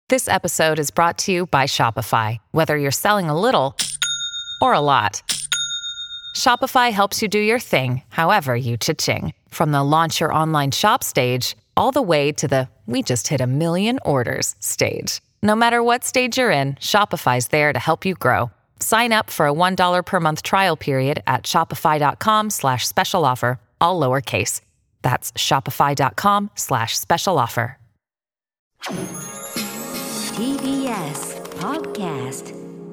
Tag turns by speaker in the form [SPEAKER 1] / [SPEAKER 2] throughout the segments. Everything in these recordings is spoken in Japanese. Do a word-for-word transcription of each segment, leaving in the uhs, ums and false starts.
[SPEAKER 1] This episode is brought to you by Shopify. Whether you're selling a little or a lot, Shopify helps you do your thing, however you cha-ching. From the launch your online shop stage, all the way to the we just hit a million orders stage. No matter what stage you're in, Shopify's there to help you grow. Sign up for a one dollar per month trial period at shopify.com slash special offer, all lowercase. That's shopify.com slash special offer.
[SPEAKER 2] ティービーエス Podcast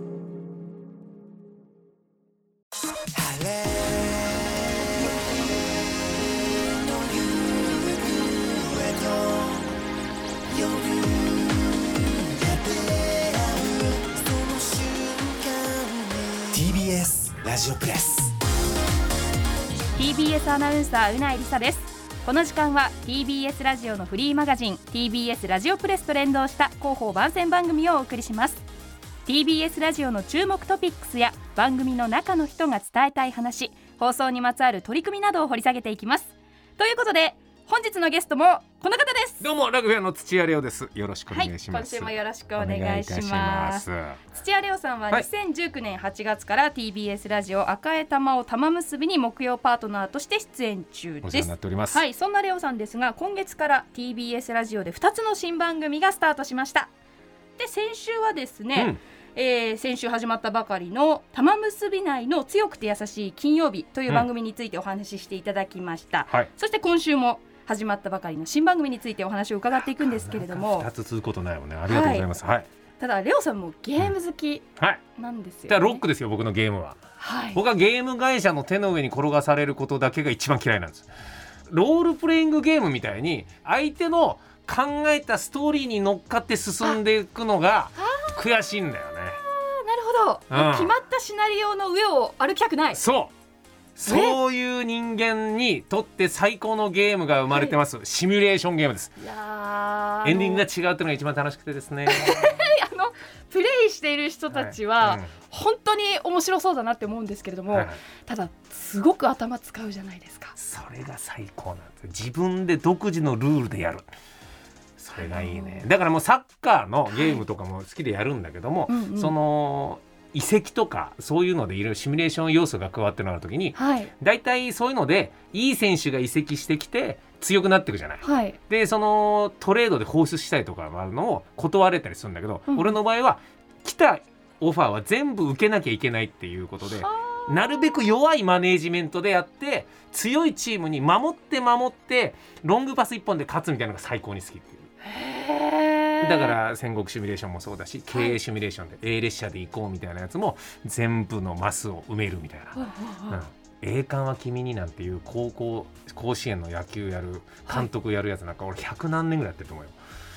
[SPEAKER 3] ティービーエス ラジオプレス
[SPEAKER 4] ティービーエス アナウンサーうないりさです。この時間は ティービーエス ラジオのフリーマガジン ティービーエス ラジオプレスと連動した広報番宣番組をお送りします。 ティービーエス ラジオの注目トピックスや番組の中の人が伝えたい話、放送にまつわる取り組みなどを掘り下げていきます。ということで本日のゲストもこの方です。
[SPEAKER 5] どうもラグビアの土屋レオです。よろしくお願いします。
[SPEAKER 4] はい、今週もよろしくお願いします。
[SPEAKER 5] お願いいたします。
[SPEAKER 4] 土屋レオさんはにせんじゅうきゅうねんはちがつから ティービーエス ラジオ赤江玉緒玉結びに木曜パートナーとして出演中です。
[SPEAKER 5] お世話になっております。
[SPEAKER 4] はい、そんなレオさんですが、今月から ティービーエス ラジオでふたつの新番組がスタートしました。で、先週はですね、うんえー、先週始まったばかりの玉結び内の強くて優しい金曜日という番組についてお話ししていただきました、うんはい、そして今週も始まったばかりの新番組についてお話を伺っていくんですけれども、
[SPEAKER 5] ふたつ続くことないもんね。ありがとうございます、はいはい、
[SPEAKER 4] ただレオさんもゲーム好きなんですよね、うんはい、
[SPEAKER 5] だからロックですよ僕のゲームは、はい、僕はゲーム会社の手の上に転がされることだけが一番嫌いなんです。ロールプレイングゲームみたいに相手の考えたストーリーに乗っかって進んでいくのが悔しいんだよね。
[SPEAKER 4] なるほど、うん、決まったシナリオの上を歩きたくない。
[SPEAKER 5] そうそういう人間にとって最高のゲームが生まれてます、はい、シミュレーションゲームです。
[SPEAKER 4] いや
[SPEAKER 5] エンディングが違うっていうのが一番楽しくてですね
[SPEAKER 4] あのプレイしている人たちは、はいうん、本当に面白そうだなって思うんですけれども、はい、ただすごく頭使うじゃないですか。
[SPEAKER 5] それが最高なんです。自分で独自のルールでやる、それがいいね。だからもうサッカーのゲームとかも好きでやるんだけども、はいうんうん、その移籍とかそういうのでいろいろシミュレーション要素が加わってるのある時に、はい、だいたいそういうのでいい選手が移籍してきて強くなっていくじゃない、はい、でそのトレードで放出したりとかあるのを断れたりするんだけど、うん、俺の場合は来たオファーは全部受けなきゃいけないっていうことでなるべく弱いマネージメントでやって強いチームに守って守ってロングパスいっぽんで勝つみたいなのが最高に好きっていう。へー。だから戦国シミュレーションもそうだし経営シミュレーションで A 列車で行こうみたいなやつも全部のマスを埋めるみたいな、うん、栄冠は君になんていう高校甲子園の野球やる監督やるやつなんか俺ひゃくなんねんぐらいやってると思うよ、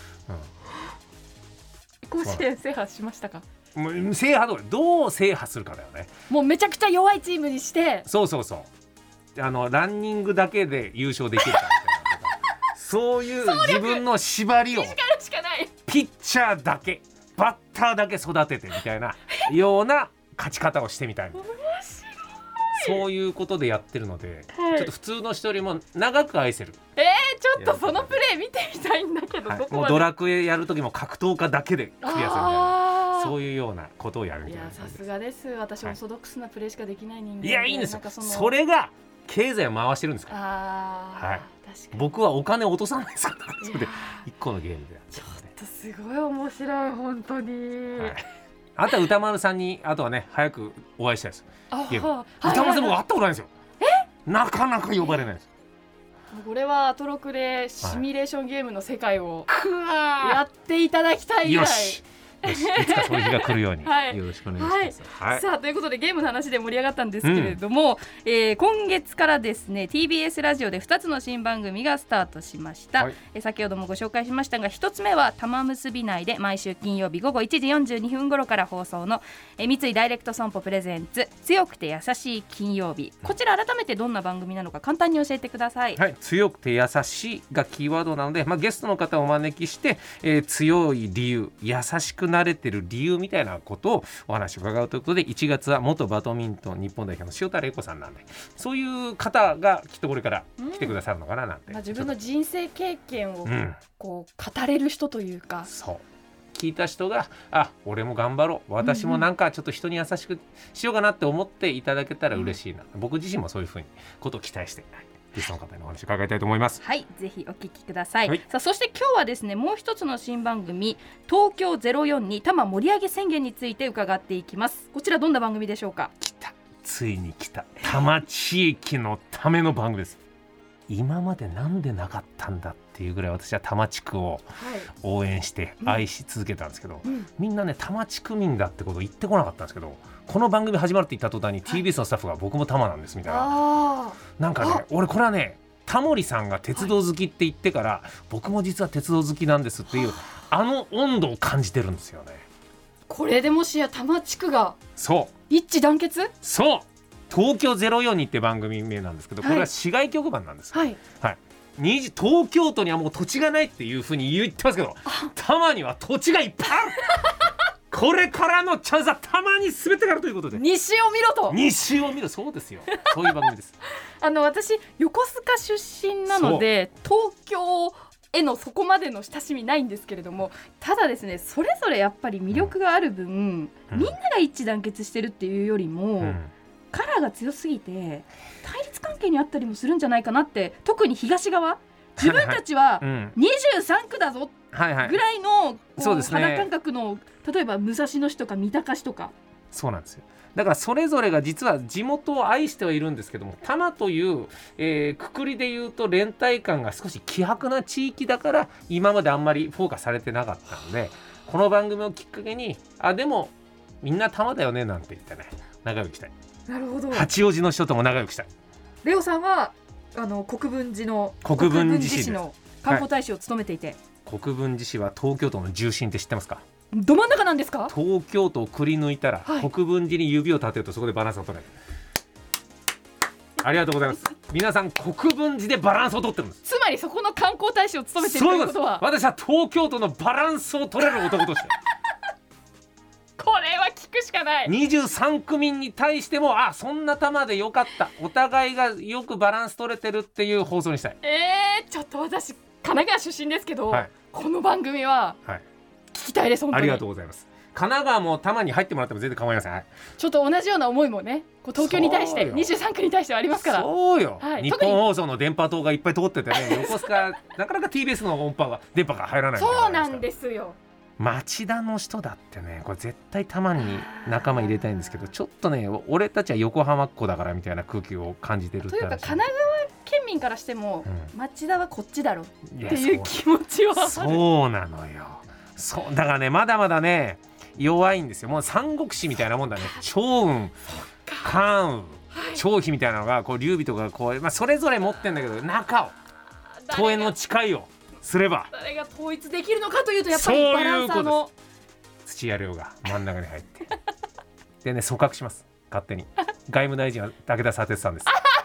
[SPEAKER 4] うん、甲子園制覇しましたか？
[SPEAKER 5] もう制覇どうどう制覇するかだよね。
[SPEAKER 4] もうめちゃくちゃ弱いチームにして
[SPEAKER 5] そうそうそうあのランニングだけで優勝できるかみたいなそういう自分の縛りをピッチャーだけバッターだけ育ててみたいなような勝ち方をしてみたいなそういうことでやってるので、はい、ちょっと普通の人よりも長く愛せる。
[SPEAKER 4] えー、ちょっとそのプレー見てみたいんだけど、はい、どこまで
[SPEAKER 5] もうドラクエやる時も格闘家だけでクリアするみたいなそういうようなことをやるみたいな。いや
[SPEAKER 4] さすがです。私オーソドックスなプレーしかできない人間で、
[SPEAKER 5] いやいいんですよ。 そ, それが経済を回してるんですから。
[SPEAKER 4] あ、
[SPEAKER 5] はい、確かに僕はお金落とさないですからそれでいっこのゲームでやって
[SPEAKER 4] ちょっとすごい面白い本当に、
[SPEAKER 5] はい、あとは歌丸さんにあとはね早くお会いしたいです。ゲーム、
[SPEAKER 4] はい、
[SPEAKER 5] 歌丸さん僕会ったことないんですよ。えなかなか呼ばれないです。
[SPEAKER 4] これはアトロクでシミュレーションゲームの世界をやっていただきたいぐらい、
[SPEAKER 5] よしよしいつかそういう日が来るように、はい、よろしくお願いします、
[SPEAKER 4] はいはい、さあということでゲームの話で盛り上がったんですけれども、うんえー、今月からですね ティービーエス ラジオでふたつの新番組がスタートしました、はい、えー、先ほどもご紹介しましたがひとつめは玉結び内で毎週金曜日午後いちじよんじゅうにふん頃から放送の、えー、三井ダイレクト損保プレゼンツ強くて優しい金曜日、こちら改めてどんな番組なのか簡単に教えてください。
[SPEAKER 5] はい、強くて優しいがキーワードなので、まあ、ゲストの方をお招きして、えー、強い理由優しくなれてる理由みたいなことをお話を伺うということでいちがつは元バドミントン日本代表の塩田玲子さんなんでそういう方がきっとこれから来てくださるのかななんて、
[SPEAKER 4] うんまあ、自分の人生経験をこう語れる人というか、
[SPEAKER 5] そう聞いた人があ俺も頑張ろう私もなんかちょっと人に優しくしようかなって思っていただけたら嬉しいな、うん、僕自身もそういうふうにことを期待して、はい、ゲストの方にお話を伺いたいと思います。
[SPEAKER 4] はい、ぜひお聞きください、はい、さあそして今日はですねもう一つの新番組東京ゼロよんに多摩盛り上げ宣言について伺っていきます。こちらどんな番組でしょうか。
[SPEAKER 5] 来たついに来た多摩地域のための番組です。今までなんでなかったんだっていうぐらい私は多摩地区を応援して愛し続けたんですけど、うんうん、みんなね多摩地区民だってことを言ってこなかったんですけどこの番組始まるって言った途端に ティービーエス のスタッフが僕も多摩なんですみたいななんかね俺これはねタモリさんが鉄道好きって言ってから、はい、僕も実は鉄道好きなんですっていうあの温度を感じてるんですよね。
[SPEAKER 4] これでもしや多摩地区が
[SPEAKER 5] そう
[SPEAKER 4] 一致団結
[SPEAKER 5] そう東京ゼロよんにって番組名なんですけどこれは市外局番なんです、
[SPEAKER 4] はい
[SPEAKER 5] はい、東京都にはもう土地がないっていうふうに言ってますけど多摩には土地がいっぱいあるこれからのチャンスは多摩に全てがあるということで
[SPEAKER 4] 西を見ろと
[SPEAKER 5] 西を見ろそうですよそういう番組です
[SPEAKER 4] あの私横須賀出身なので東京へのそこまでの親しみないんですけれどもただですねそれぞれやっぱり魅力がある分、うん、みんなが一致団結してるっていうよりも、うんカラーが強すぎて対立関係にあったりもするんじゃないかなって特に東側自分たちはにじゅうさんくだぞぐらいの肌感覚の例えば武蔵野市とか三鷹市とか
[SPEAKER 5] そうなんですよ。だからそれぞれが実は地元を愛してはいるんですけども多摩という、えー、くくりでいうと連帯感が少し希薄な地域だから今まであんまりフォーカスされてなかったのでこの番組をきっかけにあでもみんな多摩だよねなんて言ってね仲良くしたい。
[SPEAKER 4] なるほど。
[SPEAKER 5] 八王子の人とも仲良くしたい。
[SPEAKER 4] レオさんはあの国分寺の
[SPEAKER 5] 国分寺市
[SPEAKER 4] の観光大使を務めていて、
[SPEAKER 5] はい、国分寺市は東京都の重心って知ってますか。
[SPEAKER 4] ど真ん中なんですか。
[SPEAKER 5] 東京都をくり抜いたら、はい、国分寺に指を立てるとそこでバランスを取れるありがとうございます皆さん国分寺でバランスを取ってるんです。
[SPEAKER 4] つまりそこの観光大使を務めているということは
[SPEAKER 5] 私は東京都のバランスを取れる男として
[SPEAKER 4] これは聞くしかない。
[SPEAKER 5] にじゅうさんく民に対してもあそんな玉でよかったお互いがよくバランス取れてるっていう放送にしたい。
[SPEAKER 4] えー、ちょっと私神奈川出身ですけど、はい、この番組は聞きたいです、はい、本当に
[SPEAKER 5] ありがとうございます。神奈川も多摩に入ってもらっても全然構いません、はい、
[SPEAKER 4] ちょっと同じような思いもねこう東京に対してにじゅうさんくに対してはありますから。
[SPEAKER 5] そうよ、はい、日本放送の電波塔がいっぱい通っててね横須賀なかなか ティービーエス の音波が電波が入らない。
[SPEAKER 4] そうなんですよ。
[SPEAKER 5] 町田の人だってねこれ絶対多摩に仲間入れたいんですけどちょっとね俺たちは横浜っ子だからみたいな空気を感じてるって話。
[SPEAKER 4] というか神奈川県民からしても、うん、町田はこっちだろっていう気持ちはある。
[SPEAKER 5] そうなのよ。そうだからねまだまだね弱いんですよ。もう三国志みたいなもんだね。趙雲関羽張飛みたいなのがこう劉備とかこう、まあ、それぞれ持ってんだけど中を都への誓いをすれば
[SPEAKER 4] 誰が統一できるのかというとやっぱりバランサーの
[SPEAKER 5] 土屋亮が真ん中に入ってでね組閣します勝手に外務大臣は武田砂鉄さんです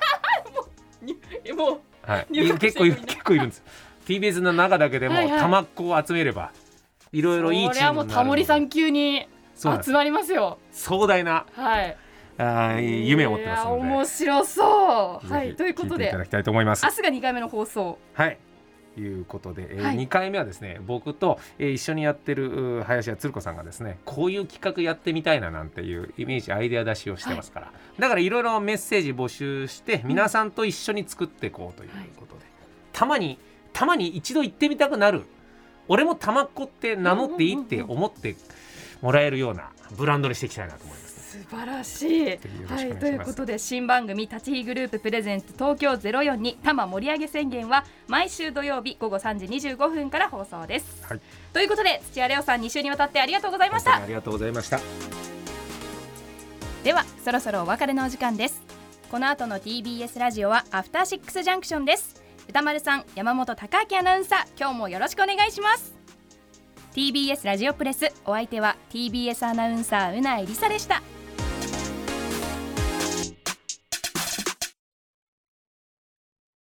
[SPEAKER 4] もう、
[SPEAKER 5] はい、結構いる結構いるんです。 ティービーエス の中だけでも多摩っ子を集めればいろいろいいチームになる。それはもう
[SPEAKER 4] タモリさん級に集まりますよ。
[SPEAKER 5] 壮大な、
[SPEAKER 4] はい、
[SPEAKER 5] あ夢を持ってますので
[SPEAKER 4] 面白そう、はい、ということで
[SPEAKER 5] 聞いていただきたいと思います。
[SPEAKER 4] 明日がにかいめの放送
[SPEAKER 5] はいいうことで、えー
[SPEAKER 4] はい、
[SPEAKER 5] にかいめはですね僕と、えー、一緒にやってる林家つる子さんがですねこういう企画やってみたいななんていうイメージアイデア出しをしてますから、はい、だからいろいろメッセージ募集して皆さんと一緒に作っていこうということで、うんはい、たまにたまに一度行ってみたくなる俺もたまっこって名乗っていいって思ってもらえるようなブランドにしていきたいなと思います。
[SPEAKER 4] 素晴らしい。はい、ということで新番組立ち日グループプレゼンツ東京ゼロよんに多摩盛り上げ宣言は毎週土曜日午後さんじにじゅうごふんから放送です、はい、ということで土屋レオさんに週にわたってありがとうございました。
[SPEAKER 5] ありがとうございました。
[SPEAKER 4] ではそろそろお別れのお時間です。この後の ティービーエス ラジオはアフターシックスジャンクションです。歌丸さん山本貴明アナウンサー今日もよろしくお願いします。 ティービーエス ラジオプレスお相手は ティービーエス アナウンサーうないりさでした。